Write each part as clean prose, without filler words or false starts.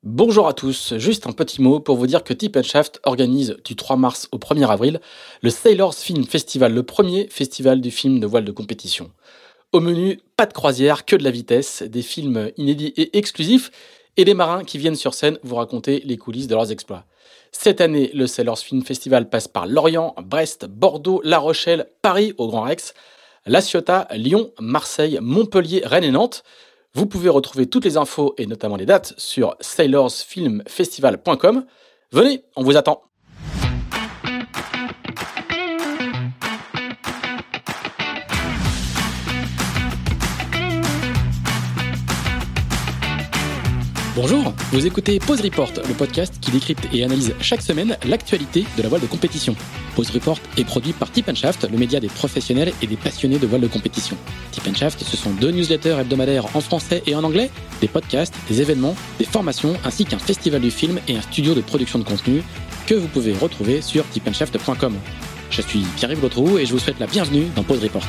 Bonjour à tous, juste un petit mot pour vous dire que Tip Shaft organise du 3 mars au 1er avril le Sailors Film Festival, le premier festival du film de voile de compétition. Au menu, pas de croisière, que de la vitesse, des films inédits et exclusifs et des marins qui viennent sur scène vous raconter les coulisses de leurs exploits. Cette année, le Sailors Film Festival passe par Lorient, Brest, Bordeaux, La Rochelle, Paris au Grand Rex, La Ciotat, Lyon, Marseille, Montpellier, Rennes et Nantes. Vous pouvez retrouver toutes les infos et notamment les dates sur sailorsfilmfestival.com. Venez, on vous attend. Bonjour, vous écoutez Pause Report, le podcast qui décrypte et analyse chaque semaine l'actualité de la voile de compétition. Pause Report est produit par Tip Shaft, le média des professionnels et des passionnés de voile de compétition. Tip Shaft, ce sont 2 newsletters hebdomadaires en français et en anglais, des podcasts, des événements, des formations, ainsi qu'un festival du film et un studio de production de contenu que vous pouvez retrouver sur tipshaft.com. Je suis Pierre-Yves Lotrou et je vous souhaite la bienvenue dans Pause Report.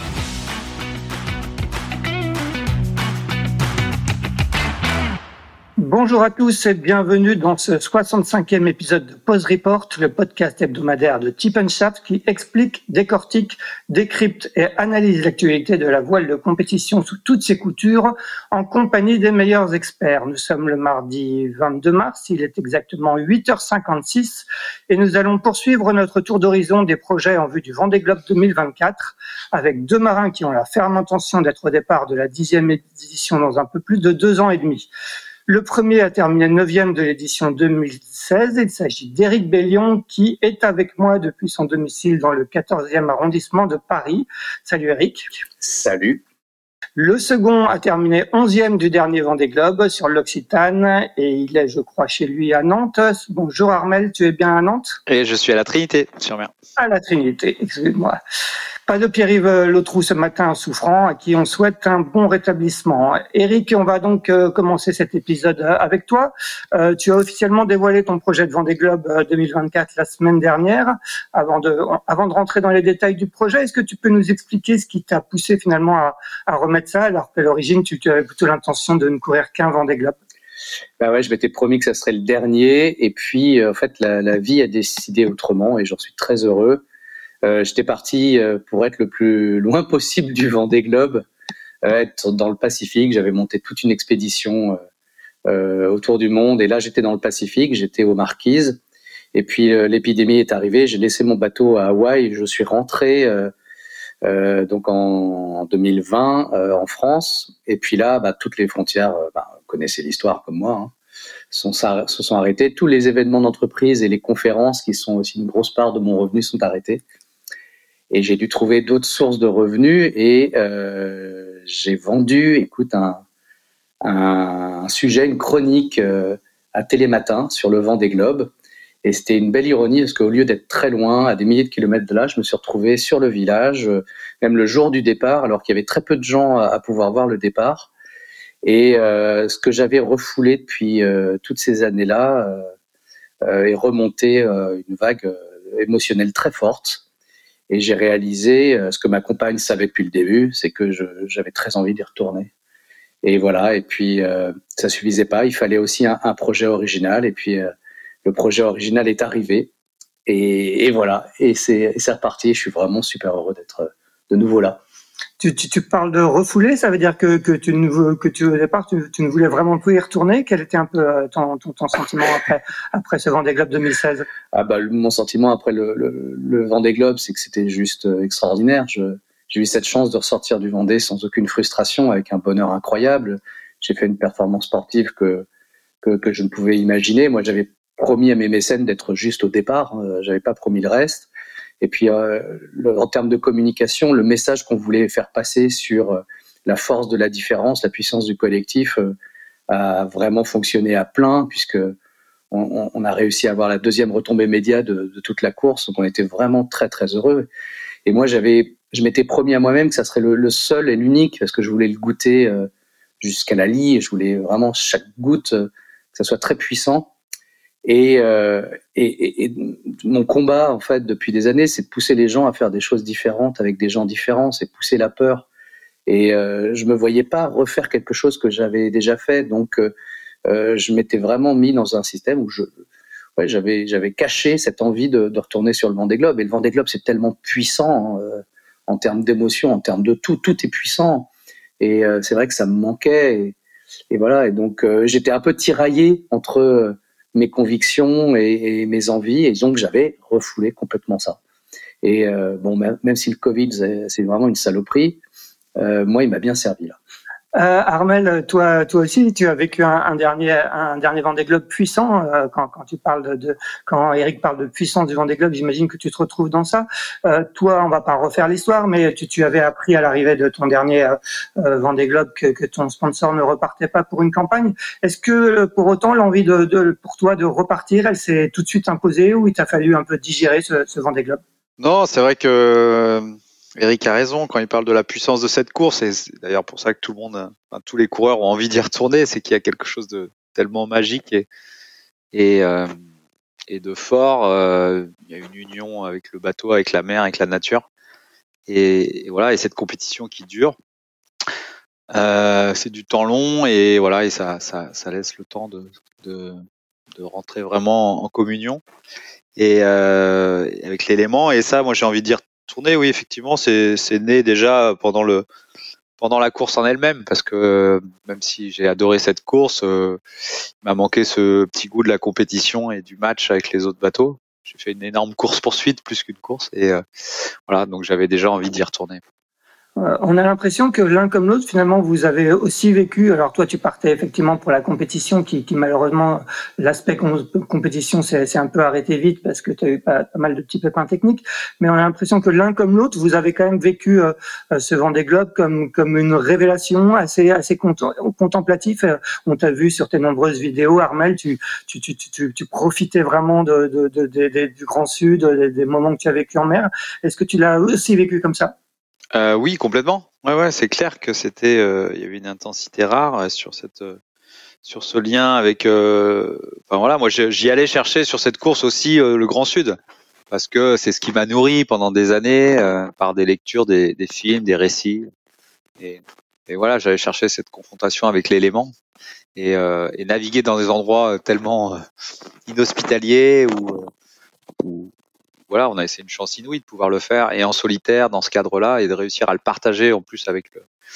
Bonjour à tous et bienvenue dans ce 65e épisode de Pause Report, le podcast hebdomadaire de Tip Shaft qui explique, décortique, décrypte et analyse l'actualité de la voile de compétition sous toutes ses coutures en compagnie des meilleurs experts. Nous sommes le mardi 22 mars, il est exactement 8h56 et nous allons poursuivre notre tour d'horizon des projets en vue du Vendée Globe 2024 avec 2 marins qui ont la ferme intention d'être au départ de la 10e édition dans un peu plus de 2 ans et demi. Le premier a terminé 9e de l'édition 2016. Il s'agit d'Éric Bellion qui est avec moi depuis son domicile dans le 14e arrondissement de Paris. Salut Éric. Salut. Le second a terminé 11e du dernier Vendée Globe sur l'Occitane et il est, je crois, chez lui à Nantes. Bonjour Armel, tu es bien à Nantes ? Et je suis à la Trinité, sur mer. À la Trinité, excuse-moi. Pas de Pierre-Yves Lotrou ce matin souffrant, à qui on souhaite un bon rétablissement. Éric, on va donc commencer cet épisode avec toi. Tu as officiellement dévoilé ton projet de Vendée Globe 2024 la semaine dernière. Avant de rentrer dans les détails du projet, est-ce que tu peux nous expliquer ce qui t'a poussé finalement à remettre ça, alors qu'à l'origine, tu avais plutôt l'intention de ne courir qu'un Vendée Globe ? Bah ouais, je m'étais promis que ça serait le dernier. Et puis, en fait, la vie a décidé autrement et j'en suis très heureux. J'étais parti pour être le plus loin possible du Vendée Globe, être dans le Pacifique. J'avais monté toute une expédition autour du monde et là j'étais dans le Pacifique, j'étais aux Marquises et puis l'épidémie est arrivée. J'ai laissé mon bateau à Hawaï, je suis rentré donc en 2020 en France et puis là toutes les frontières, vous connaissez l'histoire comme moi, hein, se sont arrêtées. Tous les événements d'entreprise et les conférences qui sont aussi une grosse part de mon revenu sont arrêtés. Et j'ai dû trouver d'autres sources de revenus et j'ai vendu, un sujet, une chronique à Télématin sur le Vendée Globe. Et c'était une belle ironie parce qu'au lieu d'être très loin, à des milliers de kilomètres de là, je me suis retrouvé sur le village, même le jour du départ, alors qu'il y avait très peu de gens à pouvoir voir le départ. Et ce que j'avais refoulé depuis toutes ces années-là est remonté une vague émotionnelle très forte. Et j'ai réalisé ce que ma compagne savait depuis le début, c'est que j'avais très envie d'y retourner. Et voilà, et puis ça suffisait pas, il fallait aussi un projet original. Et puis le projet original est arrivé. Et voilà, et c'est reparti. Je suis vraiment super heureux d'être de nouveau là. Tu parles de refouler, ça veut dire que au départ tu ne voulais vraiment plus y retourner. Quel était un peu ton sentiment après ce Vendée Globe 2016 ? Mon sentiment après le Vendée Globe, c'est que c'était juste extraordinaire. J'ai eu cette chance de ressortir du Vendée sans aucune frustration, avec un bonheur incroyable. J'ai fait une performance sportive que je ne pouvais imaginer. Moi, j'avais promis à mes mécènes d'être juste au départ. J'avais pas promis le reste. Et puis, en termes de communication, le message qu'on voulait faire passer sur la force de la différence, la puissance du collectif, a vraiment fonctionné à plein, puisque on a réussi à avoir la deuxième retombée média de toute la course. Donc, on était vraiment très, très heureux. Et moi, je m'étais promis à moi-même que ça serait le seul et l'unique, parce que je voulais le goûter jusqu'à la lie. Et je voulais vraiment chaque goutte, que ça soit très puissant. Et mon combat, en fait, depuis des années, c'est de pousser les gens à faire des choses différentes avec des gens différents, c'est pousser la peur. Et je me voyais pas refaire quelque chose que j'avais déjà fait. Donc, je m'étais vraiment mis dans un système où j'avais caché cette envie de retourner sur le Vendée Globe. Et le Vendée Globe, c'est tellement puissant en termes d'émotion, en termes de tout est puissant. Et c'est vrai que ça me manquait. Et voilà. Et donc j'étais un peu tiraillé entre mes convictions et mes envies. Et donc j'avais refoulé complètement ça. Et bon, même si le Covid, c'est vraiment une saloperie, moi, il m'a bien servi là. Armel, toi aussi, tu as vécu un dernier Vendée Globe puissant. Quand tu parles quand Eric parle de puissance du Vendée Globe, j'imagine que tu te retrouves dans ça. Toi, on va pas refaire l'histoire, mais tu avais appris à l'arrivée de ton dernier Vendée Globe que ton sponsor ne repartait pas pour une campagne. Est-ce que pour autant l'envie pour toi de repartir, elle s'est tout de suite imposée ou il t'a fallu un peu digérer ce Vendée Globe? Non, c'est vrai que Eric a raison quand il parle de la puissance de cette course, et c'est d'ailleurs pour ça que tout le monde, enfin, tous les coureurs ont envie d'y retourner, c'est qu'il y a quelque chose de tellement magique et de fort. Il y a une union avec le bateau, avec la mer, avec la nature, et voilà, et cette compétition qui dure. C'est du temps long et voilà, et ça laisse le temps de rentrer vraiment en communion et avec l'élément. Et ça, moi, j'ai envie de dire tourner. Oui, effectivement, c'est né déjà pendant la course en elle-même, parce que même si j'ai adoré cette course, il m'a manqué ce petit goût de la compétition et du match avec les autres bateaux. J'ai fait une énorme course poursuite plus qu'une course et voilà, donc j'avais déjà envie d'y retourner. On a l'impression que l'un comme l'autre, finalement, vous avez aussi vécu. Alors toi, tu partais effectivement pour la compétition, qui malheureusement, l'aspect compétition s'est un peu arrêté vite parce que tu as eu pas mal de petits pépins techniques. Mais on a l'impression que l'un comme l'autre, vous avez quand même vécu ce Vendée Globe comme une révélation assez contemplatif. On t'a vu sur tes nombreuses vidéos, Armel, tu profitais vraiment du Grand Sud, des moments que tu as vécu en mer. Est-ce que tu l'as aussi vécu comme ça? Oui, complètement. Ouais, c'est clair que c'était, il y avait une intensité rare sur ce lien avec. Enfin voilà, moi j'y allais chercher sur cette course aussi le Grand Sud, parce que c'est ce qui m'a nourri pendant des années par des lectures, des films, des récits, et voilà, j'allais chercher cette confrontation avec l'élément et naviguer dans des endroits tellement inhospitaliers où voilà, on a essayé une chance inouïe de pouvoir le faire, et en solitaire dans ce cadre-là, et de réussir à le partager en plus avec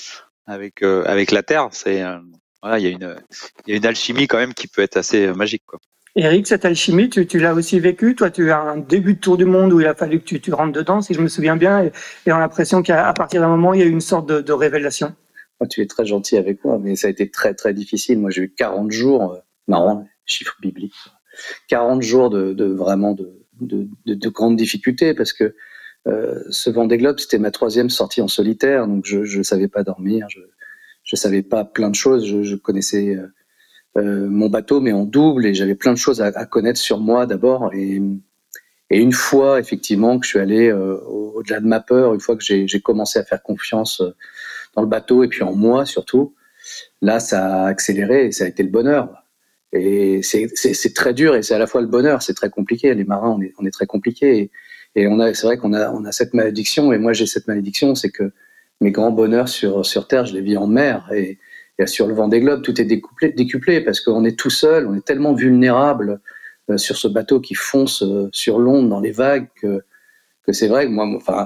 la terre. C'est voilà, il y a une alchimie quand même qui peut être assez magique, quoi. Eric, cette alchimie, tu l'as aussi vécu. Toi, tu as un début de tour du monde où il a fallu que tu rentres dedans, si je me souviens bien, et on a l'impression qu'à partir d'un moment, il y a eu une sorte de révélation. Tu es très gentil avec moi, mais ça a été très très difficile. Moi, j'ai eu 40 jours, marrant, chiffre biblique, 40 jours de vraiment de grandes difficultés, parce que ce Vendée Globe, c'était ma 3e sortie en solitaire, donc je savais pas dormir, je savais pas plein de choses, je connaissais mon bateau mais en double, et j'avais plein de choses à connaître sur moi d'abord, et une fois effectivement que je suis allé au-delà de ma peur, une fois que j'ai commencé à faire confiance dans le bateau et puis en moi surtout, là ça a accéléré et ça a été le bonheur. Et c'est très dur, et c'est à la fois le bonheur, c'est très compliqué. Les marins, on est très compliqués, et c'est vrai qu'on a cette malédiction, et moi j'ai cette malédiction, c'est que mes grands bonheurs sur terre, je les vis en mer, et sur le Vendée Globe, tout est décuplé, parce qu'on est tout seul, on est tellement vulnérable sur ce bateau qui fonce sur l'onde dans les vagues, que c'est vrai que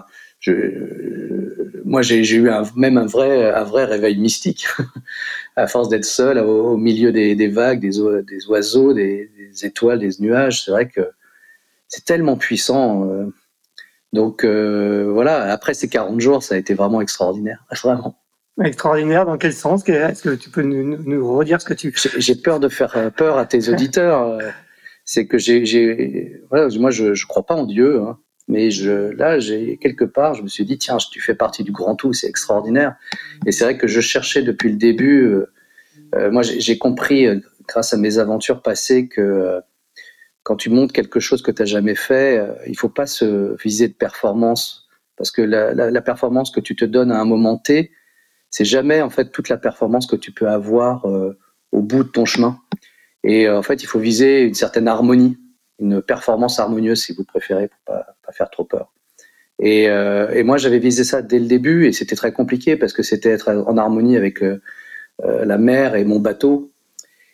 moi j'ai eu même un vrai réveil mystique à force d'être seul au milieu des vagues, des oiseaux, des étoiles, des nuages. C'est vrai que c'est tellement puissant. Donc voilà, après ces 40 jours, ça a été vraiment extraordinaire, vraiment. Extraordinaire, dans quel sens? Est-ce que tu peux nous redire ce que tu... J'ai peur de faire peur à tes auditeurs. C'est que voilà, moi je crois pas en Dieu, hein. Mais là, quelque part, je me suis dit, tiens, tu fais partie du grand tout, c'est extraordinaire. Et c'est vrai que je cherchais depuis le début. Moi, j'ai compris, grâce à mes aventures passées, que quand tu montes quelque chose que tu n'as jamais fait, il faut pas se viser de performance, parce que la performance que tu te donnes à un moment T, c'est jamais en fait toute la performance que tu peux avoir au bout de ton chemin. Et en fait, il faut viser une certaine harmonie, une performance harmonieuse, si vous préférez, pour pas faire trop peur. Et moi, j'avais visé ça dès le début, et c'était très compliqué, parce que c'était être en harmonie avec la mer et mon bateau.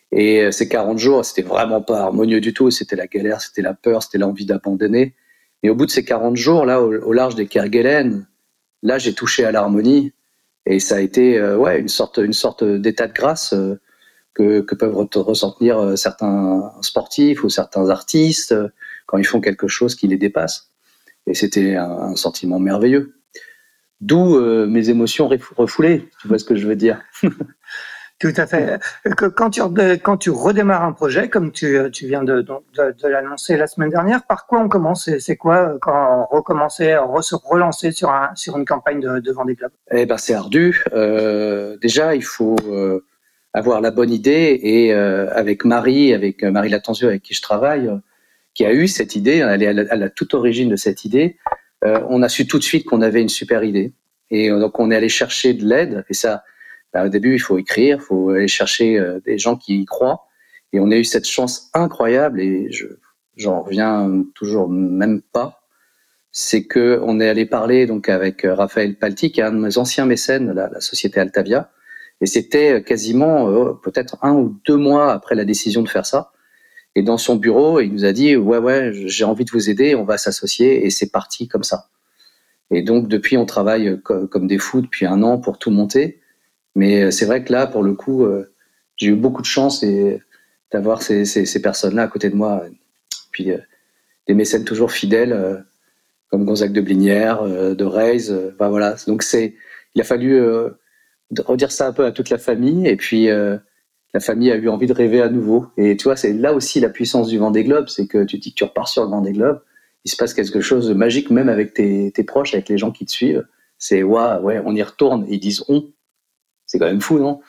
Et ces 40 jours, c'était vraiment pas harmonieux du tout. C'était la galère, c'était la peur, c'était l'envie d'abandonner. Et au bout de ces 40 jours, là, au large des Kerguelen, là, j'ai touché à l'harmonie. Et ça a été une sorte d'état de grâce que peuvent ressentir certains sportifs ou certains artistes quand ils font quelque chose qui les dépasse. Et c'était un sentiment merveilleux. D'où mes émotions refoulées, tu vois ce que je veux dire. Tout à fait. Quand tu redémarres un projet, comme tu viens de l'annoncer la semaine dernière, par quoi on commence? C'est quoi quand on se relancer sur une campagne de Vendée Globe? Eh ben, c'est ardu. Déjà, il faut avoir la bonne idée et avec Marie Latenzio avec qui je travaille, qui a eu cette idée, elle est à la toute origine de cette idée. On a su tout de suite qu'on avait une super idée et donc on est allé chercher de l'aide et ça. Au début, il faut écrire, il faut aller chercher des gens qui y croient. Et on a eu cette chance incroyable, et j'en reviens toujours même pas. C'est que on est allé parler donc avec Raphaël Palti, qui est un de mes anciens mécènes, la société Altavia. Et c'était quasiment peut-être 1 ou 2 mois après la décision de faire ça. Et dans son bureau, il nous a dit ouais, j'ai envie de vous aider, on va s'associer. Et c'est parti comme ça. Et donc depuis, on travaille comme des fous depuis 1 an pour tout monter. Mais c'est vrai que là, pour le coup, j'ai eu beaucoup de chance d'avoir ces personnes-là à côté de moi. Puis des mécènes toujours fidèles, comme Gonzague de Blinière, de Reis. Voilà. Donc il a fallu redire ça un peu à toute la famille. Et puis la famille a eu envie de rêver à nouveau. Et tu vois, c'est là aussi la puissance du Vendée Globe, c'est que tu dis que tu repars sur le Vendée Globe, il se passe quelque chose de magique, même avec tes proches, avec les gens qui te suivent. C'est ouais, on y retourne. Et ils disent on. C'est quand même fou, non?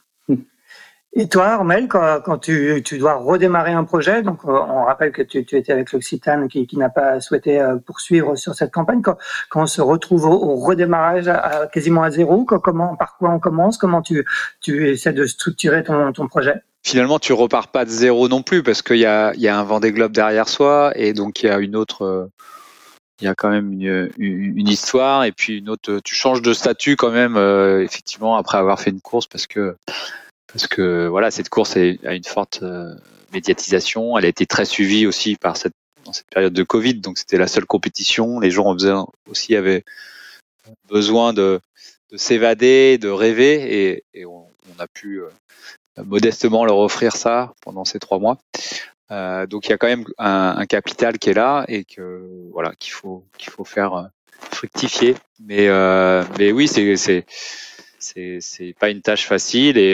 Et toi, Armel, quand tu dois redémarrer un projet, donc on rappelle que tu étais avec l'Occitane qui n'a pas souhaité poursuivre sur cette campagne, quand on se retrouve au redémarrage quasiment à zéro, par quoi on commence, comment tu essaies de structurer ton projet? Finalement, tu repars pas de zéro non plus parce qu'il y a un Vendée Globe derrière soi et donc il y a une autre. Il y a quand même une histoire et puis une autre. Tu changes de statut quand même effectivement après avoir fait une course parce que voilà, cette course a une forte médiatisation. Elle a été très suivie aussi dans cette période de Covid, donc c'était la seule compétition. Les gens avaient besoin de s'évader, de rêver et on a pu modestement leur offrir ça pendant ces 3 mois. Donc il y a quand même un capital qui est là et que voilà qu'il faut faire fructifier. Mais oui, c'est pas une tâche facile et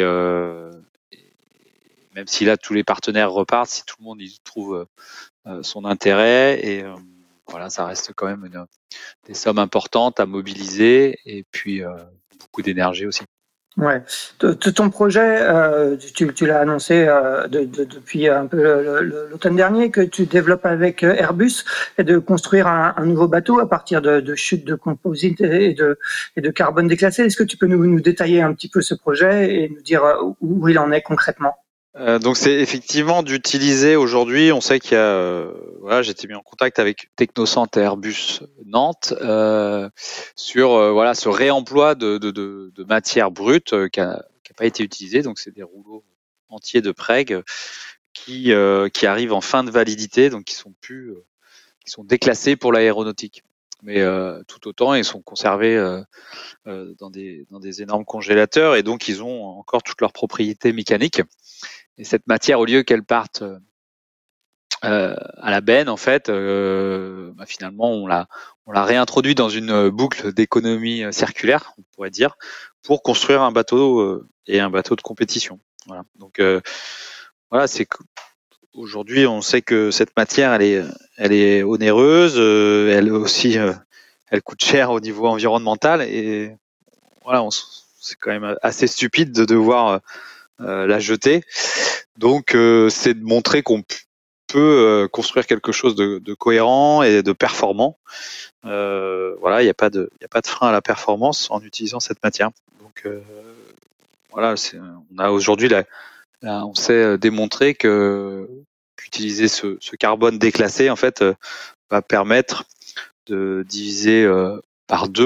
même si là tous les partenaires repartent, si tout le monde y trouve son intérêt et voilà, ça reste quand même des sommes importantes à mobiliser et puis beaucoup d'énergie aussi. Ouais. Ton projet, tu l'as annoncé depuis un peu l'automne dernier que tu développes avec Airbus et de construire un nouveau bateau à partir de chutes de composite et de carbone déclassé. Est-ce que tu peux nous détailler un petit peu ce projet et nous dire où il en est concrètement? Donc c'est effectivement d'utiliser aujourd'hui, on sait qu'il y a, voilà, j'ai été mis en contact avec Technocentre et Airbus Nantes sur voilà ce réemploi de matières brutes qui a pas été utilisée. Donc c'est des rouleaux entiers de Prague qui arrivent en fin de validité, donc qui sont déclassés pour l'aéronautique. Mais tout autant, ils sont conservés dans des énormes congélateurs et donc ils ont encore toutes leurs propriétés mécaniques. Et cette matière, au lieu qu'elle parte à la benne, en fait, finalement, on l'a réintroduit dans une boucle d'économie circulaire, on pourrait dire, pour construire un bateau et un bateau de compétition. Voilà. Donc, voilà, c'est aujourd'hui, on sait que cette matière, elle est onéreuse, elle aussi, elle coûte cher au niveau environnemental et voilà, c'est quand même assez stupide de devoir la jeter. Donc c'est de montrer qu'on peut construire quelque chose de cohérent et de performant. Voilà, il n'y a pas de frein à la performance en utilisant cette matière. Donc voilà, on a aujourd'hui on sait démontrer qu'utiliser ce carbone déclassé en fait va permettre de diviser par 2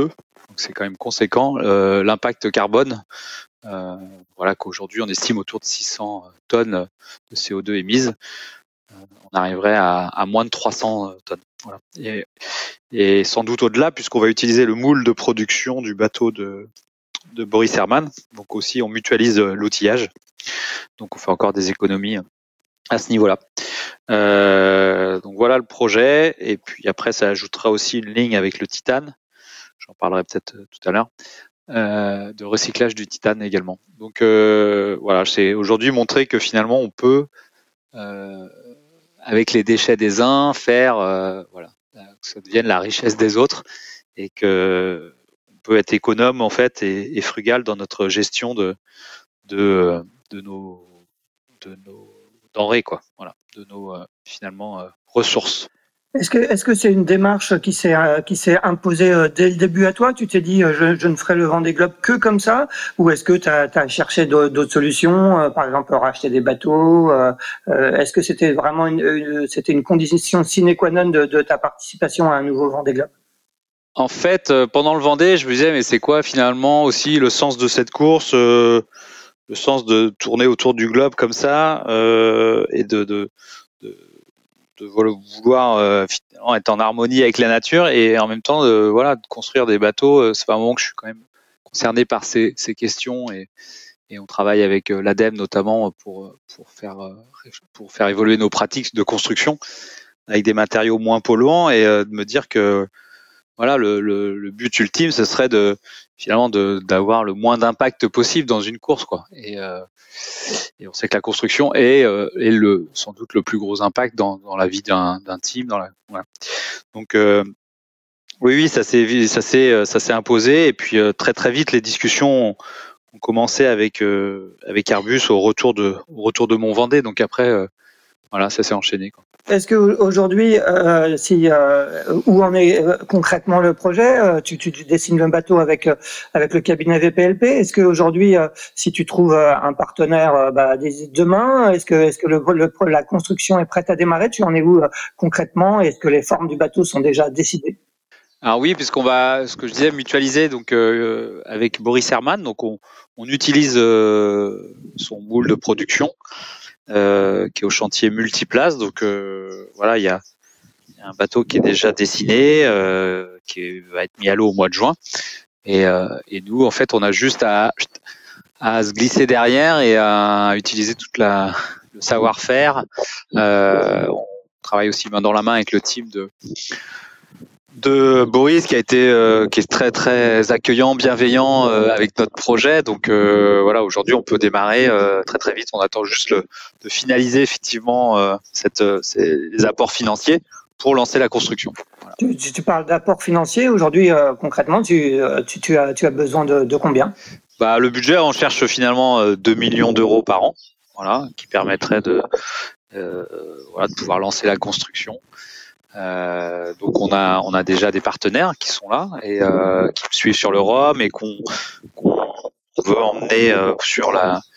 Donc c'est quand même conséquent. L'impact carbone, voilà, qu'aujourd'hui on estime autour de 600 tonnes de CO2 émises. On arriverait à moins de 300 tonnes. Voilà. Et sans doute au-delà, puisqu'on va utiliser le moule de production du bateau de Boris Herman. Donc aussi, on mutualise l'outillage. Donc on fait encore des économies à ce niveau-là. Donc voilà le projet. Et puis après, ça ajoutera aussi une ligne avec le titane. J'en parlerai peut-être tout à l'heure. De recyclage du titane également. Donc voilà, c'est aujourd'hui montrer que finalement on peut, avec les déchets des uns, faire voilà, que ça devienne la richesse des autres et que on peut être économe en fait et frugal dans notre gestion de nos denrées, quoi. Voilà, de nos finalement ressources. Est-ce que c'est une démarche qui s'est imposée dès le début à toi? Tu t'es dit je ne ferai le Vendée Globe que comme ça, ou est-ce que tu as cherché d'autres solutions, par exemple racheter des bateaux? Est-ce que c'était vraiment c'était une condition sine qua non de ta participation à un nouveau Vendée Globe? En fait, pendant le Vendée, je me disais mais c'est quoi finalement aussi le sens de cette course, le sens de tourner autour du globe comme ça et de vouloir finalement être en harmonie avec la nature et en même temps de construire des bateaux. C'est pas un moment que je suis quand même concerné par ces questions et on travaille avec l'ADEME notamment pour faire évoluer nos pratiques de construction avec des matériaux moins polluants et de me dire que voilà le but ultime ce serait finalement d'avoir le moins d'impact possible dans une course, quoi. Et on sait que la construction est sans doute le plus gros impact dans la vie d'un team. Voilà. Donc oui, ça s'est imposé. Et puis très très vite, les discussions ont commencé avec Airbus au retour de Mont Vendée. Donc après, voilà, ça s'est enchaîné, quoi. Est-ce que aujourd'hui, où en est concrètement le projet? Tu dessines le bateau avec le cabinet VPLP. Est-ce que aujourd'hui, si tu trouves un partenaire demain, est-ce que la construction est prête à démarrer? Tu en es où concrètement? Est-ce que les formes du bateau sont déjà décidées? Alors oui, puisqu'on va, ce que je disais, mutualiser donc avec Boris Herman. Donc on utilise son moule de production. Qui est au chantier multiplace. Donc voilà, il y a un bateau qui est déjà dessiné, qui va être mis à l'eau au mois de juin. Et nous, en fait, on a juste à se glisser derrière et à utiliser toute le savoir-faire. On travaille aussi main dans la main avec le team de Boris qui est très très accueillant, bienveillant avec notre projet. Donc voilà, aujourd'hui on peut démarrer très très vite. On attend juste de finaliser effectivement les apports financiers pour lancer la construction. Voilà. Tu parles d'apport financier. Aujourd'hui, concrètement, tu as besoin de combien? Le budget, on cherche finalement 2 millions d'euros par an, voilà, qui permettrait de pouvoir lancer la construction. Donc on a déjà des partenaires qui sont là et qui me suivent sur le Rhum et qu'on veut emmener sur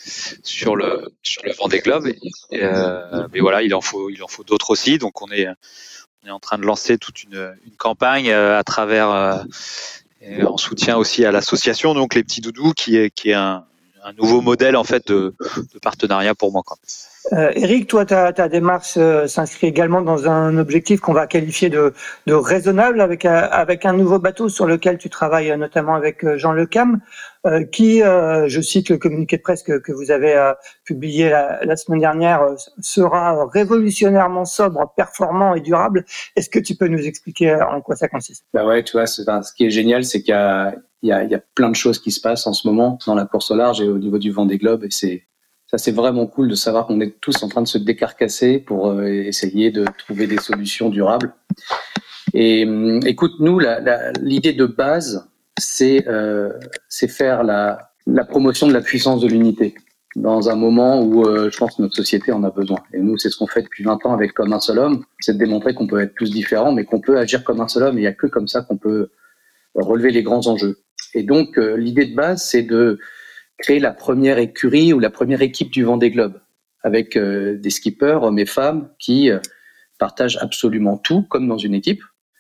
le Vendée Globe. Mais voilà, il en faut d'autres aussi. Donc on est en train de lancer toute une campagne à travers en soutien aussi à l'association, donc les petits doudous, qui est un nouveau modèle en fait de partenariat pour moi, quoi. Eric, toi, ta démarche s'inscrit également dans un objectif qu'on va qualifier de raisonnable avec un nouveau bateau sur lequel tu travailles notamment avec Jean Lecam, qui, je cite le communiqué de presse que vous avez publié la semaine dernière, sera révolutionnairement sobre, performant et durable. Est-ce que tu peux nous expliquer en quoi ça consiste? Ouais, tu vois, ce qui est génial, c'est qu'il y a plein de choses qui se passent en ce moment dans la course au large et au niveau du Vendée Globe, et c'est vraiment cool de savoir qu'on est tous en train de se décarcasser pour essayer de trouver des solutions durables. Et écoute, nous, l'idée de base, c'est faire la promotion de la puissance de l'unité dans un moment où je pense que notre société en a besoin. Et nous, c'est ce qu'on fait depuis 20 ans avec Comme un seul homme, c'est de démontrer qu'on peut être tous différents, mais qu'on peut agir comme un seul homme. Et il n'y a que comme ça qu'on peut relever les grands enjeux. Et donc, l'idée de base, c'est de créer la première écurie ou la première équipe du Vendée Globe avec des skippers, hommes et femmes, qui partagent absolument tout, comme dans une équipe,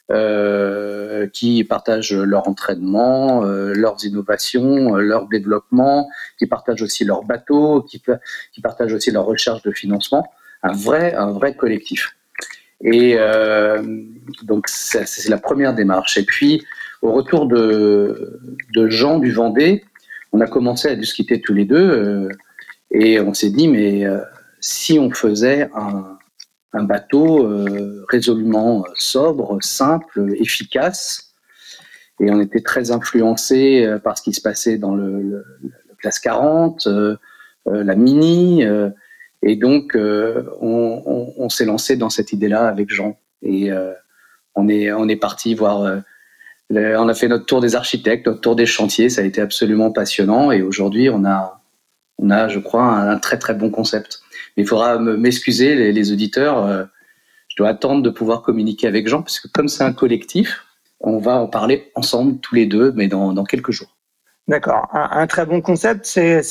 qui partagent leur entraînement, leurs innovations, leur développement, qui partagent aussi leurs bateaux, qui partagent aussi leur recherche de financement. Un vrai collectif. Et donc c'est la première démarche. Et puis au retour de Jean du Vendée, on a commencé à discuter tous les deux et on s'est dit mais si on faisait un bateau résolument sobre, simple, efficace, et on était très influencé par ce qui se passait dans le classe 40, la Mini, et donc on s'est lancé dans cette idée-là avec Jean, et on est parti voir. On a fait notre tour des architectes, notre tour des chantiers, ça a été absolument passionnant, et aujourd'hui on a, je crois, un très très bon concept. Mais il faudra m'excuser, les auditeurs, je dois attendre de pouvoir communiquer avec Jean, parce que comme c'est un collectif, on va en parler ensemble tous les deux, mais dans quelques jours. D'accord, un très bon concept.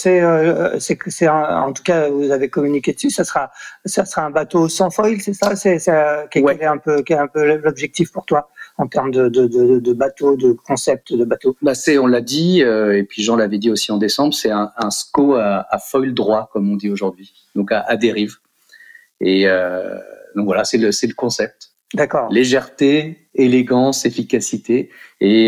En tout cas, vous avez communiqué dessus. Ça sera un bateau sans foil, c'est ça? Quel est un peu l'objectif pour toi en termes de bateau, de concept de bateau? On l'a dit, et puis Jean l'avait dit aussi en décembre, c'est un SCO à foil droit, comme on dit aujourd'hui, donc à dérive. Et donc voilà, c'est le concept. D'accord. Légèreté, élégance, efficacité, et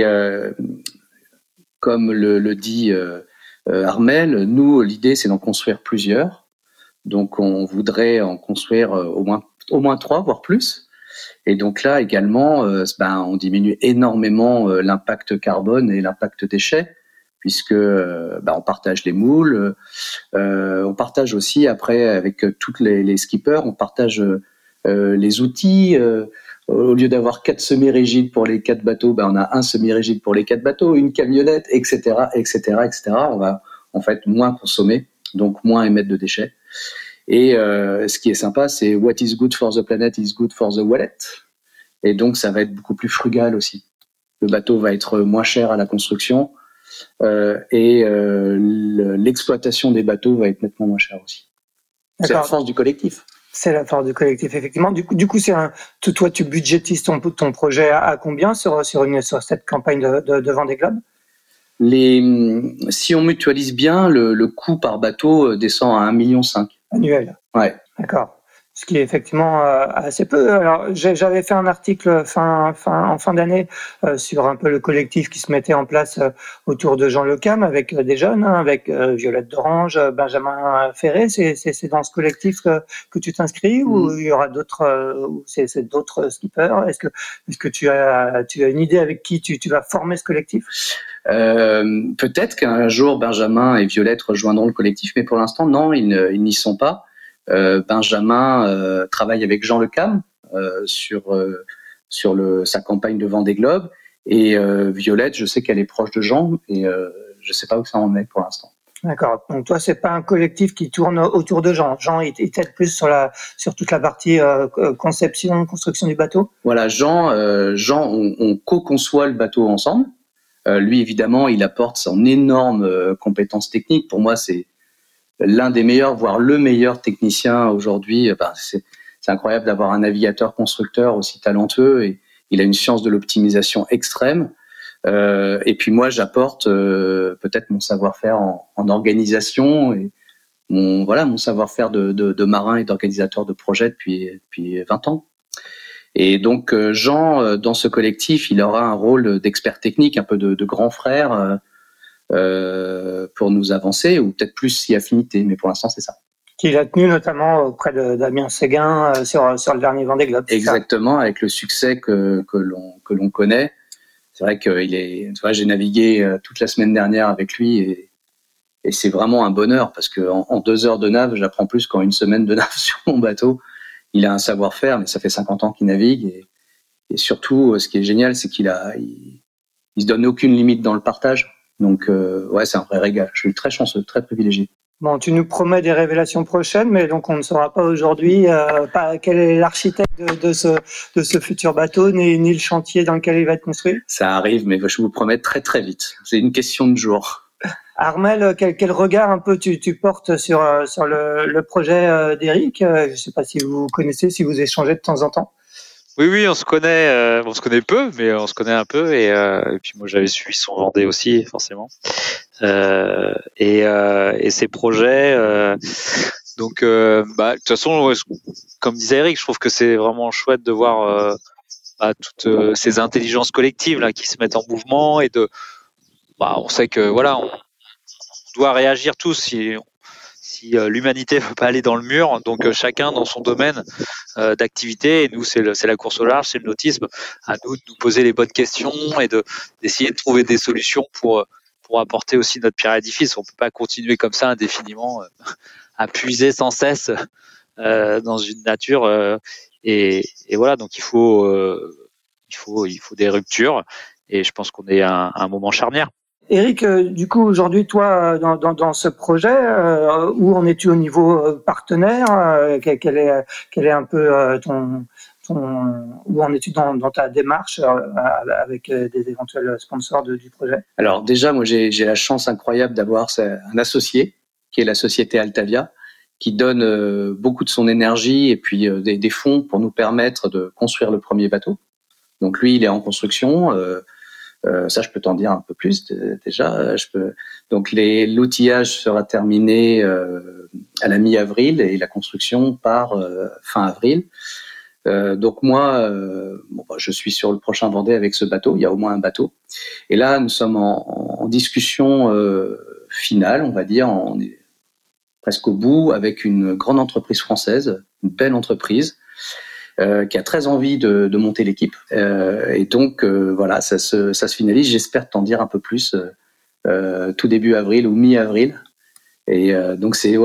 comme le dit Armel, nous, l'idée, c'est d'en construire plusieurs. Donc, on voudrait en construire au moins 3, voire plus. Et donc là, également, on diminue énormément l'impact carbone et l'impact déchets, puisque on partage les moules. On partage aussi, après, avec toutes les skippers, on partage les outils. Au lieu d'avoir 4 semi-rigides pour les 4 bateaux, on a un semi-rigide pour les 4 bateaux, une camionnette, etc., etc., etc. On va en fait moins consommer, donc moins émettre de déchets. Et ce qui est sympa, c'est what is good for the planet is good for the wallet. Et donc ça va être beaucoup plus frugal aussi. Le bateau va être moins cher à la construction et l'exploitation des bateaux va être nettement moins chère aussi. D'accord. C'est la force du collectif. C'est la force du collectif, effectivement. Du coup, toi, tu budgétises ton projet à combien sur cette campagne de Vendée Globe? Si on mutualise bien, le coût par bateau descend à 1,5 million. Annuel. Ouais. D'accord. Ce qui est effectivement assez peu. Alors, j'avais fait un article en fin d'année sur un peu le collectif qui se mettait en place autour de Jean Le Cam avec des jeunes, avec Violette d'Orange, Benjamin Ferré. C'est dans ce collectif que tu t'inscris ou il y aura d'autres ou c'est d'autres skippers? Est-ce que tu as une idée avec qui tu vas former ce collectif? Peut-être qu'un jour Benjamin et Violette rejoindront le collectif, mais pour l'instant non, ils n'y sont pas. Benjamin travaille avec Jean Le Cam sur sa campagne de Vendée Globe, et Violette, je sais qu'elle est proche de Jean, et je sais pas où ça en est pour l'instant. D'accord. Donc toi, c'est pas un collectif qui tourne autour de Jean. Jean, il t'aide plus sur toute la partie conception, construction du bateau. Voilà, Jean, on co-conçoit le bateau ensemble. Lui, évidemment, il apporte son énorme compétence technique. Pour moi, c'est l'un des meilleurs, voire le meilleur technicien aujourd'hui. C'est incroyable d'avoir un navigateur constructeur aussi talentueux, et il a une science de l'optimisation extrême. Et puis moi, j'apporte peut-être mon savoir-faire en organisation et mon savoir-faire de marin et d'organisateur de projet depuis 20 ans. Et donc Jean, dans ce collectif, il aura un rôle d'expert technique, un peu de grand frère pour nous avancer, ou peut-être plus si affinité, mais pour l'instant c'est ça. Qu'il a tenu notamment auprès de Damien Séguin sur le dernier Vendée Globe. Exactement, avec le succès que l'on connaît. C'est vrai que j'ai navigué toute la semaine dernière avec lui, et c'est vraiment un bonheur, parce que en 2 heures de nave, j'apprends plus qu'en 1 semaine de nave sur mon bateau. Il a un savoir-faire, mais ça fait 50 ans qu'il navigue, et surtout, ce qui est génial, c'est qu'il se donne aucune limite dans le partage. Donc, c'est un vrai régal. Je suis très chanceux, très privilégié. Bon, tu nous promets des révélations prochaines, mais donc on ne saura pas aujourd'hui quel est l'architecte de ce futur bateau, ni le chantier dans lequel il va être construit. Ça arrive, mais je vous promets très très vite. C'est une question de jour. Armel, quel regard un peu tu portes sur le projet d'Éric? Je ne sais pas si vous connaissez, si vous échangez de temps en temps. Oui, on se connaît peu, mais on se connaît un peu. Et puis moi, j'avais suivi son Vendée aussi, forcément. Et ses projets. Donc, de toute façon, comme disait Eric, je trouve que c'est vraiment chouette de voir toutes ces intelligences collectives là qui se mettent en mouvement et on sait que voilà, on doit réagir tous si l'humanité veut pas aller dans le mur, donc chacun dans son domaine d'activité. Et nous, c'est la course au large, c'est le nautisme. À nous de nous poser les bonnes questions et d'essayer de trouver des solutions pour apporter aussi notre pierre à l'édifice. On peut pas continuer comme ça indéfiniment à puiser sans cesse dans une nature et voilà. Donc il faut des ruptures et je pense qu'on est à un moment charnière. Eric, du coup, aujourd'hui, toi, dans ce projet, où en es-tu au niveau partenaire? Quel est un peu où en es-tu dans ta démarche avec des éventuels sponsors du projet? Alors déjà, moi j'ai la chance incroyable d'avoir un associé qui est la société Altavia, qui donne beaucoup de son énergie et puis des fonds pour nous permettre de construire le premier bateau. Donc lui, il est en construction. Ça, je peux t'en dire un peu plus déjà. Donc l'outillage sera terminé à la mi-avril et la construction part fin avril. Donc moi, je suis sur le prochain Vendée avec ce bateau. Il y a au moins un bateau. Et là, nous sommes en discussion finale, on va dire. On est presque au bout avec une grande entreprise française, une belle entreprise. Qui a très envie de monter l'équipe. Et donc, voilà, ça se finalise. J'espère t'en dire un peu plus tout début avril ou mi-avril. Et donc, c'est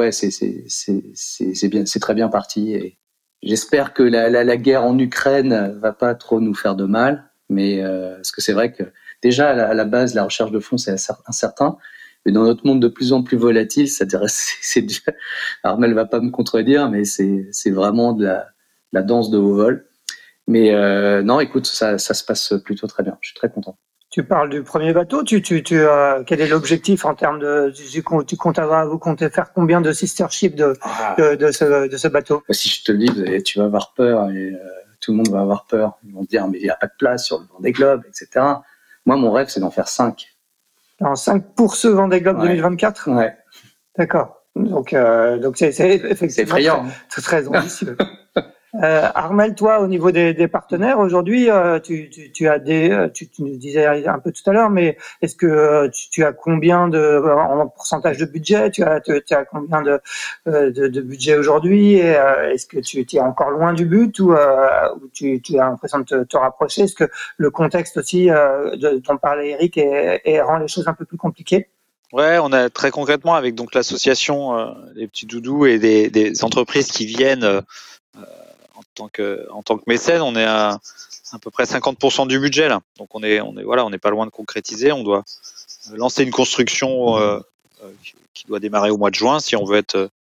bien, c'est très bien parti. Et j'espère que la guerre en Ukraine va pas trop nous faire de mal. Mais parce que c'est vrai que déjà, à la base, la recherche de fonds, c'est incertain. Mais dans notre monde de plus en plus volatile, c'est Armel va pas me contredire, mais c'est vraiment de la danse de haut vol. Mais non, écoute, ça se passe plutôt très bien. Je suis très content. Tu parles du premier bateau. Quel est l'objectif en termes vous comptez faire combien de sister ships de ce bateau? Si je te le dis, tu vas avoir peur et tout le monde va avoir peur. Ils vont dire, mais il n'y a pas de place sur le Vendée Globe, etc. Moi, mon rêve, c'est d'en faire 5. 5 pour ce Vendée Globe 2024? Ouais. D'accord. Donc c'est effectivement c'est effrayant. Très ambitieux. Armel, toi, au niveau des partenaires, aujourd'hui, tu nous disais un peu tout à l'heure, mais est-ce que tu as combien en pourcentage de budget? Tu as combien de budget aujourd'hui? Et est-ce que tu es encore loin du but ou tu as l'impression de te rapprocher? Est-ce que le contexte aussi dont parlait Eric rend les choses un peu plus compliquées? Ouais, on a très concrètement avec donc l'association des petits doudous et des entreprises qui viennent en tant que mécène, on est à peu près 50% du budget là. Donc on est pas loin de concrétiser. On doit lancer une construction qui doit démarrer au mois de juin si on veut être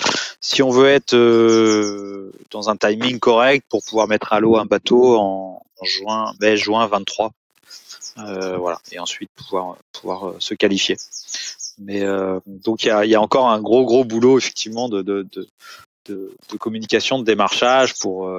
dans un timing correct pour pouvoir mettre à l'eau un bateau en mai-juin 23. Voilà, et ensuite pouvoir se qualifier. Mais donc il y a encore un gros boulot effectivement de communication, de démarchage pour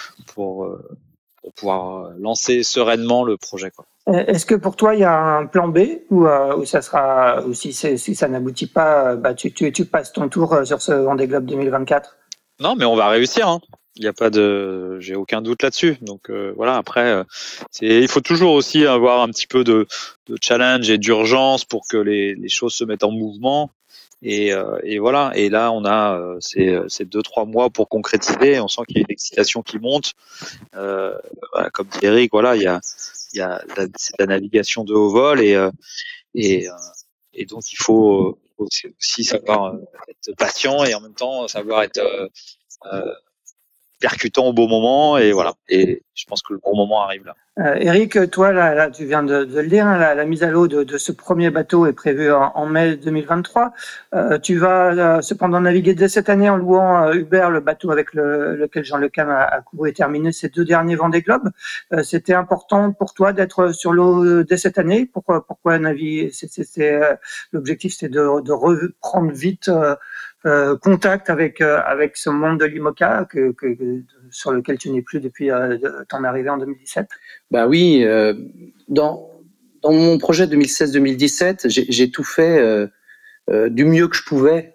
pouvoir lancer sereinement le projet, quoi. Est-ce que pour toi il y a un plan B ou ça sera, ou si ça n'aboutit pas, tu passes ton tour sur ce Vendée Globe 2024? Non, mais on va réussir, hein. Il y a pas j'ai aucun doute là-dessus. Donc voilà, après il faut toujours aussi avoir un petit peu de challenge et d'urgence pour que les choses se mettent en mouvement. Et voilà. Et là, on a ces 2-3 mois pour concrétiser. On sent qu'il y a une excitation qui monte. Voilà, comme dit Eric, voilà, il y a c'est de la navigation de haut vol et donc il faut aussi savoir être patient et en même temps savoir être percutant au bon moment, et voilà. Et je pense que le bon moment arrive là. Eric, toi, là, tu viens de le dire, hein, la mise à l'eau de ce premier bateau est prévue en mai 2023. Tu vas cependant naviguer dès cette année en louant Hubert, le bateau avec lequel Jean Le Cam a couru et terminé ses 2 derniers Vendée Globe. C'était important pour toi d'être sur l'eau dès cette année. Pourquoi naviguer? L'objectif, c'était de reprendre vite contact avec ce monde de l'IMOCA sur lequel tu n'es plus depuis ton arrivée en 2017? Bah oui, dans mon projet 2016-2017, j'ai tout fait du mieux que je pouvais.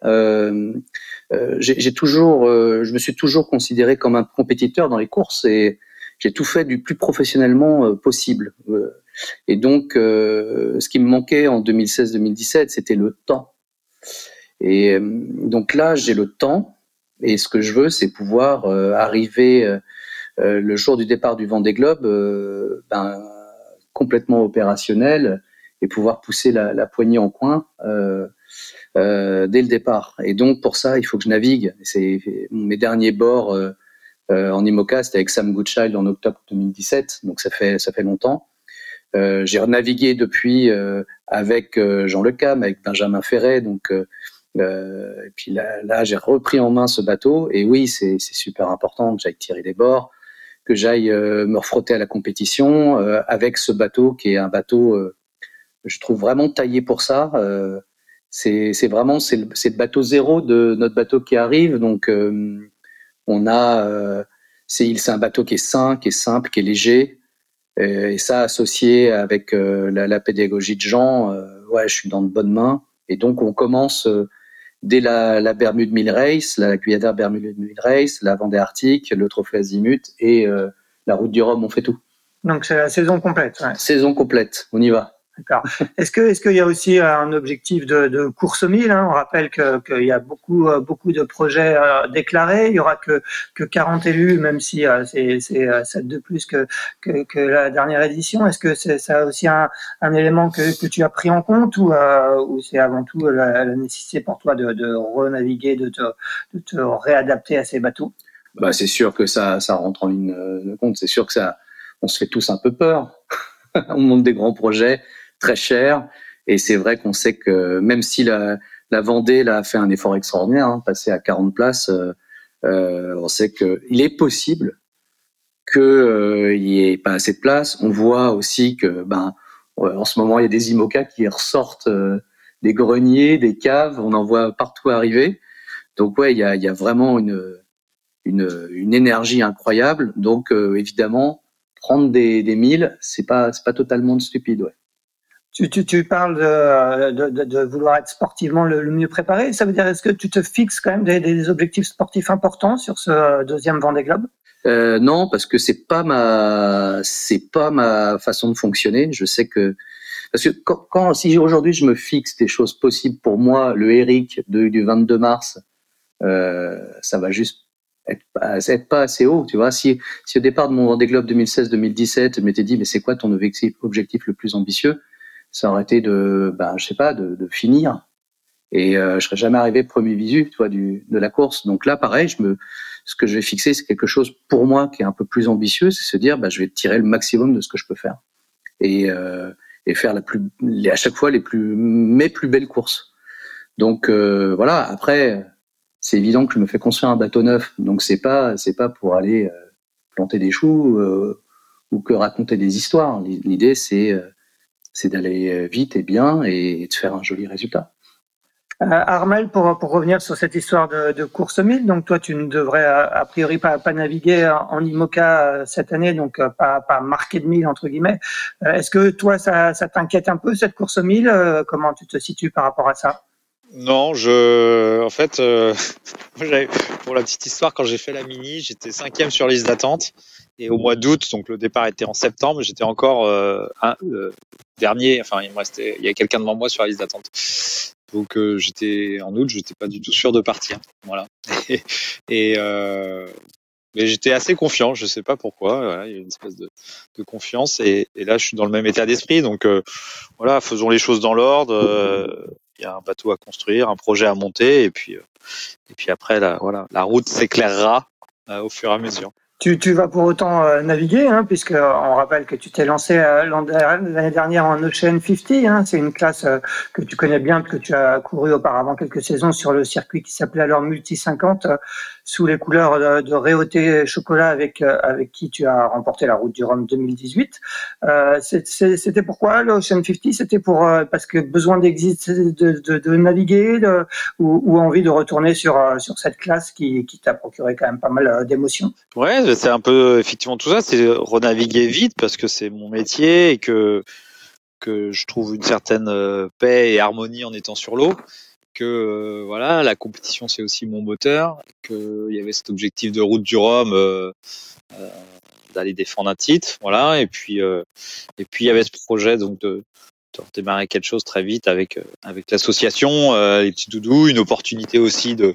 Je me suis toujours considéré comme un compétiteur dans les courses et j'ai tout fait du plus professionnellement possible. Et donc, ce qui me manquait en 2016-2017, c'était le temps. Et donc là, j'ai le temps. Et ce que je veux, c'est pouvoir arriver le jour du départ du Vendée Globe, complètement opérationnel et pouvoir pousser la poignée en coin dès le départ. Et donc pour ça, il faut que je navigue. C'est mes derniers bords en IMOCA, c'était avec Sam Goodchild en octobre 2017, donc ça fait longtemps. J'ai renavigué depuis avec Jean Le Cam, avec Benjamin Ferret, donc et puis là j'ai repris en main ce bateau. Et oui, c'est super important que j'aille tirer les bords, que j'aille me refrotter à la compétition avec ce bateau qui est un bateau, je trouve vraiment taillé pour ça. C'est le bateau zéro de notre bateau qui arrive. Donc c'est un bateau qui est sain, qui est simple, qui est léger. Et ça, associé avec la pédagogie de Jean, je suis dans de bonnes mains. Et donc on commence dès la Bermude Mill Race, la Guyana Bermude Mill Race, la Vendée Arctique, le Trophée Azimut et la Route du Rhum, on fait tout. Donc c'est la saison complète. Ouais. Saison complète, on y va. D'accord. Est-ce qu'il y a aussi un objectif de course au mille, hein? On rappelle qu'il y a beaucoup de projets déclarés. Il y aura que 40 élus, même si c'est 7 de plus que la dernière édition. Est-ce que ça aussi un élément que tu as pris en compte ou c'est avant tout la nécessité pour toi de renaviguer, de te réadapter à ces bateaux? Bah c'est sûr que ça rentre en ligne de compte. C'est sûr que on se fait tous un peu peur. On monte des grands projets très cher, et c'est vrai qu'on sait que même si la Vendée là a fait un effort extraordinaire, passer à 40 places, on sait que il est possible que il y ait pas assez de place. On voit aussi que en ce moment il y a des IMOCA qui ressortent des greniers, des caves, on en voit partout arriver. Donc il y a vraiment une énergie incroyable. Donc évidemment prendre des milles, c'est pas totalement stupide, ouais. Tu parles de vouloir être sportivement le mieux préparé. Ça veut dire, est-ce que tu te fixes quand même des objectifs sportifs importants sur ce deuxième Vendée Globe? Non, parce que c'est pas ma façon de fonctionner. Je sais que parce que si aujourd'hui je me fixe des choses possibles pour moi, le Eric du 22 mars, ça va juste être pas assez haut, tu vois. Si au départ de mon Vendée Globe 2016-2017, je m'étais dit mais c'est quoi ton objectif le plus ambitieux? Ça aurait été de finir. Et je serais jamais arrivé premier visu, tu vois, de la course. Donc là, pareil, ce que je vais fixer, c'est quelque chose pour moi qui est un peu plus ambitieux, c'est se dire, je vais tirer le maximum de ce que je peux faire et faire à chaque fois mes plus belles courses. Donc voilà. Après, c'est évident que je me fais construire un bateau neuf, donc c'est pas pour aller planter des choux ou que raconter des histoires. L'idée, c'est d'aller vite et bien et de faire un joli résultat. Armel, pour revenir sur cette histoire de course 1000, donc toi tu ne devrais a priori pas naviguer en IMOCA cette année, donc pas marquer de 1000 entre guillemets. Est-ce que toi ça t'inquiète un peu cette course 1000? Comment tu te situes par rapport à ça? Non, en fait, pour la petite histoire, quand j'ai fait la mini, j'étais 5e sur liste d'attente. Et au mois d'août, donc le départ était en septembre, j'étais encore dernier. Enfin, il y a quelqu'un devant moi sur la liste d'attente. Donc j'étais en août, j'étais pas du tout sûr de partir. Voilà. Mais j'étais assez confiant, je sais pas pourquoi. Voilà, il y a une espèce de confiance. Et là, je suis dans le même état d'esprit. Donc voilà, faisons les choses dans l'ordre. Il y a un bateau à construire, un projet à monter, et puis après, la route s'éclairera au fur et à mesure. Tu vas pour autant naviguer, puisque on rappelle que tu t'es lancé l'année dernière en Ocean 50. C'est une classe que tu connais bien, que tu as couru auparavant quelques saisons sur le circuit qui s'appelait alors Multi 50. sous les couleurs de Réauté Chocolat avec qui tu as remporté la Route du Rhum 2018. C'était pourquoi l'Ocean 50? C'était parce que besoin de naviguer ou envie de retourner sur cette classe qui t'a procuré quand même pas mal d'émotions? Ouais, c'est un peu effectivement tout ça, c'est renaviguer vite parce que c'est mon métier et que je trouve une certaine paix et harmonie en étant sur l'eau, que voilà, la compétition c'est aussi mon moteur, qu'il y avait cet objectif de Route du Rhum d'aller défendre un titre, voilà, et puis il y avait ce projet donc de redémarrer quelque chose très vite avec l'association, les petits doudous, une opportunité aussi de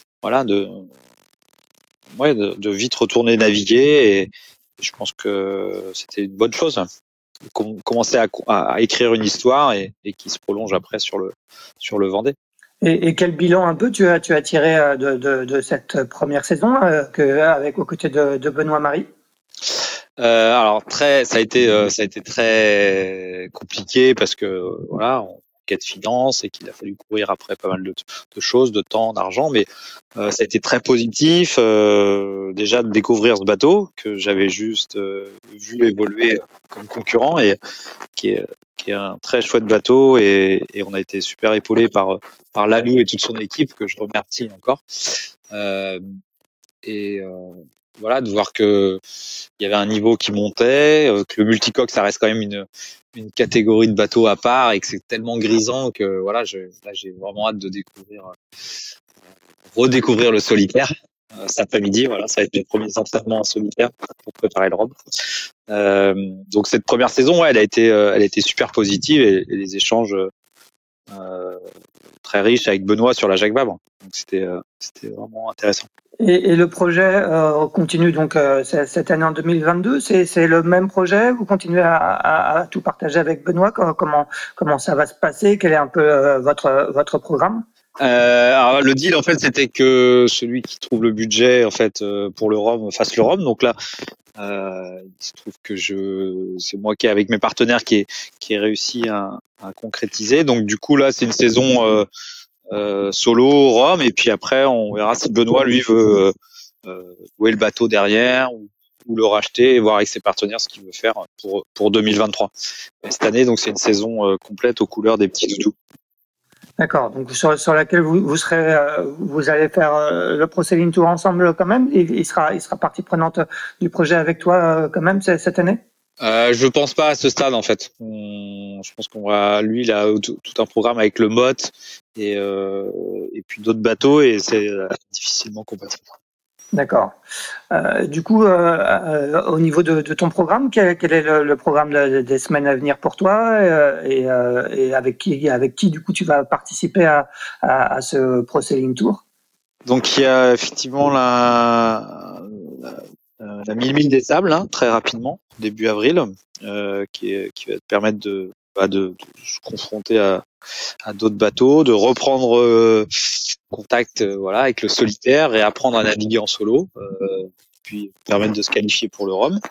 vite retourner naviguer, et je pense que c'était une bonne chose. Commencer à écrire une histoire et qui se prolonge après sur le Vendée. Et quel bilan un peu tu as tiré de cette première saison aux côtés de Benoît Marie? Alors ça a été très compliqué parce que voilà, on quête finance et qu'il a fallu courir après pas mal de choses, de temps, d'argent, mais ça a été très positif déjà de découvrir ce bateau que j'avais juste vu évoluer comme concurrent et qui est un très chouette bateau, et on a été super épaulé par Lalou et toute son équipe que je remercie encore. Voilà, de voir que il y avait un niveau qui montait, que le multicoque ça reste quand même une catégorie de bateau à part et que c'est tellement grisant que voilà, j'ai vraiment hâte de redécouvrir le solitaire cet après-midi. Voilà, ça va être mes premiers entraînements en solitaire pour préparer le Rhum. Donc cette première saison, ouais, elle a été super positive, et les échanges très riches avec Benoît sur la Jacques Vabre. Donc c'était vraiment intéressant. Et le projet continue donc cette année en 2022. C'est le même projet? Vous continuez à tout partager avec Benoît? Comment ça va se passer? Quel est un peu votre programme? Alors le deal en fait c'était que celui qui trouve le budget en fait pour le Rhum fasse le Rhum. Donc là il se trouve que c'est moi qui avec mes partenaires qui ai réussi à concrétiser. Donc du coup là c'est une saison solo Rhum, et puis après on verra si Benoît lui veut louer le bateau derrière ou le racheter et voir avec ses partenaires ce qu'il veut faire pour 2023. Et cette année donc c'est une saison complète aux couleurs des petits doudous. D'accord, donc sur laquelle vous allez faire le Pro Sailing Tour ensemble quand même. Il sera partie prenante du projet avec toi quand même cette année? Je pense pas à ce stade en fait. Je pense lui il a tout un programme avec le MOT et puis d'autres bateaux, et c'est difficilement compatible. D'accord. Du coup, au niveau de ton programme, quel est le programme des semaines à venir pour toi, et avec qui du coup tu vas participer à ce Pro Sailing Tour? Donc il y a effectivement la 1000 des Sables très rapidement début avril, qui va te permettre de se confronter à d'autres bateaux, de reprendre contact avec le solitaire et apprendre à naviguer en solo, puis permettre de se qualifier pour le Rhum.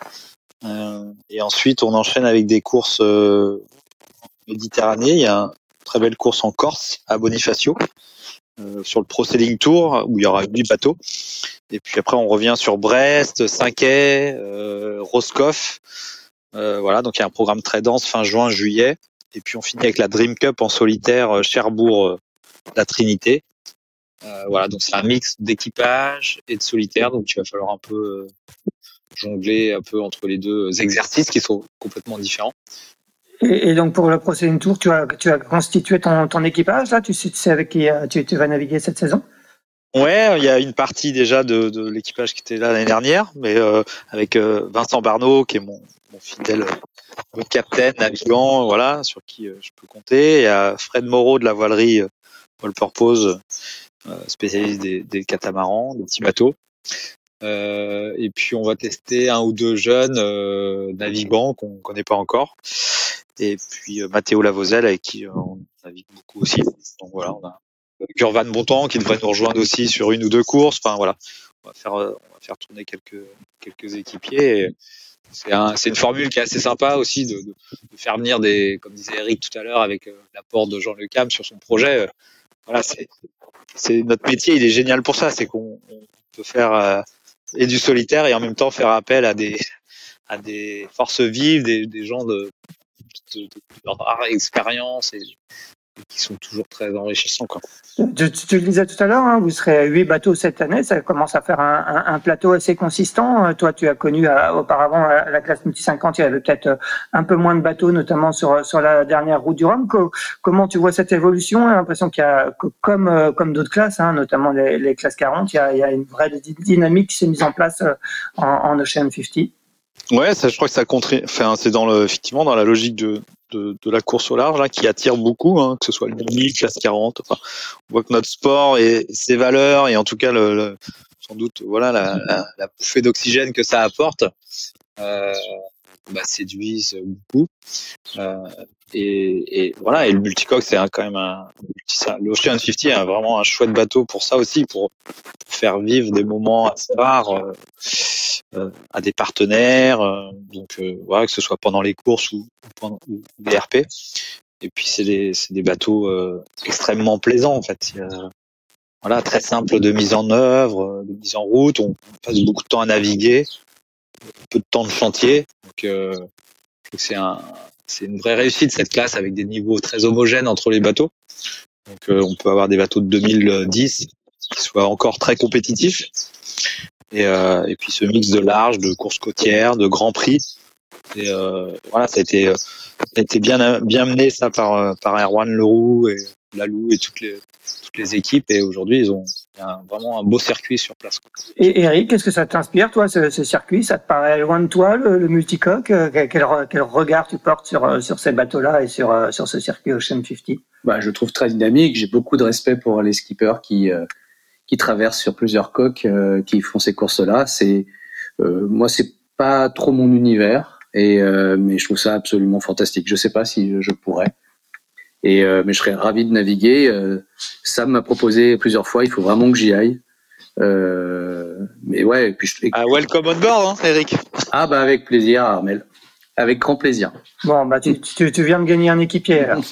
Et ensuite on enchaîne avec des courses Méditerranée. Il y a une très belle course en Corse à Bonifacio sur le Pro Sailing Tour où il y aura 8 bateaux. Et puis après on revient sur Brest, Saint-Quay, Roscoff. Voilà, donc il y a un programme très dense fin juin, juillet. Et puis on finit avec la Dream Cup en solitaire, Cherbourg, la Trinité. Voilà, donc c'est un mix d'équipage et de solitaire, donc il va falloir un peu jongler un peu entre les deux exercices qui sont complètement différents. Et donc pour le Pro Sailing Tour, tu as constitué ton équipage là? Tu sais avec qui tu vas naviguer cette saison? Ouais, il y a une partie déjà de l'équipage qui était là l'année dernière, mais avec Vincent Barneau qui est mon fidèle capitaine navigant, voilà, sur qui je peux compter. Il y a Fred Moreau de la voilerie All Purpose, spécialiste des catamarans, des petits bateaux. Et puis on va tester un ou deux jeunes navigants qu'on connaît pas encore. Et puis Mathéo Lavozelle avec qui on navigue beaucoup aussi. Donc voilà, on a Gurvan Bontemps qui devrait nous rejoindre aussi sur une ou deux courses. Enfin voilà, on va faire tourner quelques équipiers. Et c'est une formule qui est assez sympa aussi de faire venir comme disait Eric tout à l'heure, avec l'apport de Jean Le Cam sur son projet, voilà, c'est notre métier, il est génial pour ça, c'est qu'on peut faire et du solitaire et en même temps faire appel à des forces vives, des gens de leur rare expérience et qui sont toujours très enrichissants, quoi. Tu le disais tout à l'heure, vous serez 8 bateaux cette année, ça commence à faire un plateau assez consistant. Toi, tu as connu auparavant la classe multi 50, il y avait peut-être un peu moins de bateaux, notamment sur la dernière route du Rhum. Comment tu vois cette évolution? J'ai l'impression qu'il y a, comme d'autres classes, notamment les classes 40, il y a une vraie dynamique qui s'est mise en place en Ocean 50. Ouais, ça, je crois que ça contribue. Enfin, c'est effectivement dans la logique de la course au large, qui attire beaucoup, que ce soit le 1000, classe 40. Enfin, on voit que notre sport et ses valeurs et en tout cas sans doute la bouffée d'oxygène que ça apporte séduisent beaucoup. Et voilà, et le multicoque, c'est quand même l'Ocean 50 est vraiment un chouette bateau pour ça aussi, pour faire vivre des moments assez rares à des partenaires, que ce soit pendant les courses ou des RP. Et puis c'est des bateaux extrêmement plaisants en fait. Très simple de mise en œuvre, de mise en route. On passe beaucoup de temps à naviguer, peu de temps de chantier. Donc c'est une vraie réussite cette classe avec des niveaux très homogènes entre les bateaux. Donc on peut avoir des bateaux de 2010 qui soient encore très compétitifs. Et puis ce mix de large, de courses côtières, de grands prix. Et ça a été bien mené ça par Erwan Leroux et Lalou et toutes les équipes. Et aujourd'hui il y a vraiment un beau circuit sur place. Et Eric, qu'est-ce que ça t'inspire, toi, ce circuit? Ça te paraît loin de toi, le multicoque? Quel regard tu portes sur ces bateaux-là et sur ce circuit Ocean 50? Je trouve très dynamique. J'ai beaucoup de respect pour les skippers qui traversent sur plusieurs coques, qui font ces courses-là. Moi, c'est pas trop mon univers, mais je trouve ça absolument fantastique. Je sais pas si je pourrais. Mais je serais ravi de naviguer. Sam m'a proposé plusieurs fois. Il faut vraiment que j'y aille. Mais ouais. Et puis welcome on board, Eric. Avec plaisir, Armel. Avec grand plaisir. Bon, tu viens de gagner un équipier. Alors.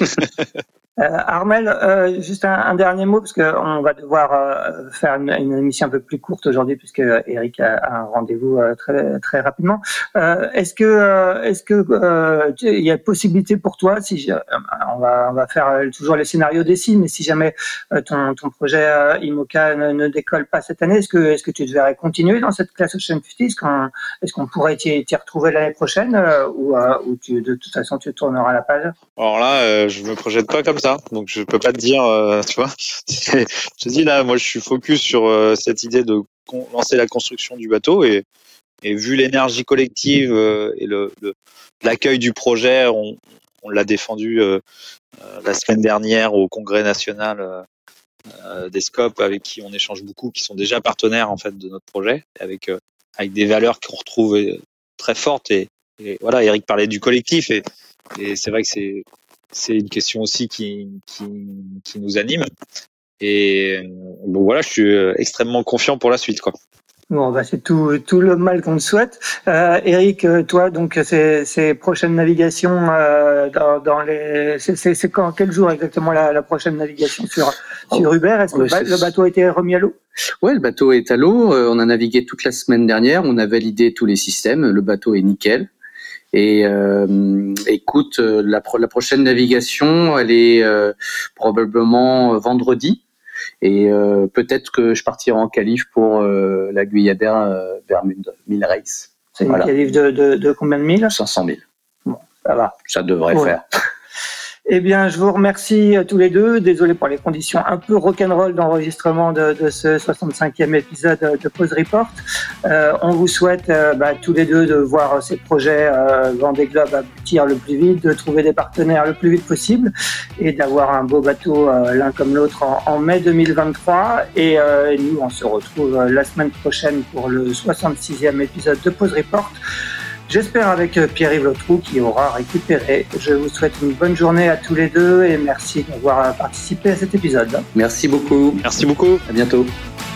Armel, juste un dernier mot parce que on va devoir faire une émission un peu plus courte aujourd'hui puisque Eric a un rendez-vous très très rapidement. Est-ce que il y a possibilité pour toi, on va faire toujours les scénarios des signes, mais si jamais ton projet IMOCA ne décolle pas cette année, est-ce que tu devrais continuer dans cette classe Ocean 50? Est-ce qu'on pourrait t'y retrouver l'année prochaine ou de toute façon tu tourneras la page? Alors là, je me projette pas comme ça. Donc je peux pas te dire, tu vois. Je te dis là, moi je suis focus sur cette idée de lancer la construction du bateau et vu l'énergie collective et l'accueil du projet, on l'a défendu la semaine dernière au Congrès national des Scopes avec qui on échange beaucoup, qui sont déjà partenaires en fait de notre projet, avec des valeurs qu'on retrouve très fortes et voilà. Eric parlait du collectif et c'est vrai que c'est une question aussi qui nous anime. Et bon, voilà, je suis extrêmement confiant pour la suite, quoi. Bon, c'est tout le mal qu'on te souhaite. Eric, toi, donc ces prochaines navigations c'est quel jour exactement la prochaine navigation sur Hubert? Est-ce que le bateau a été remis à l'eau? Ouais, le bateau est à l'eau. On a navigué toute la semaine dernière. On a validé tous les systèmes. Le bateau est nickel. Et écoute, la prochaine navigation, elle est probablement vendredi. Et peut-être que je partirai en qualif pour la Guyadère Bermude 1000 Race. C'est une qualif de combien de milles? 500 000. Bon, ça va. Ça devrait faire. Eh bien, je vous remercie tous les deux. Désolé pour les conditions un peu rock'n'roll d'enregistrement de ce 65e épisode de Pause Report. On vous souhaite tous les deux de voir ces projets Vendée Globe aboutir le plus vite, de trouver des partenaires le plus vite possible et d'avoir un beau bateau l'un comme l'autre en mai 2023. Et nous, on se retrouve la semaine prochaine pour le 66e épisode de Pause Report. J'espère avec Pierre-Yves Lotrou qui aura récupéré. Je vous souhaite une bonne journée à tous les deux et merci d'avoir participé à cet épisode. Merci beaucoup. Merci beaucoup. À bientôt.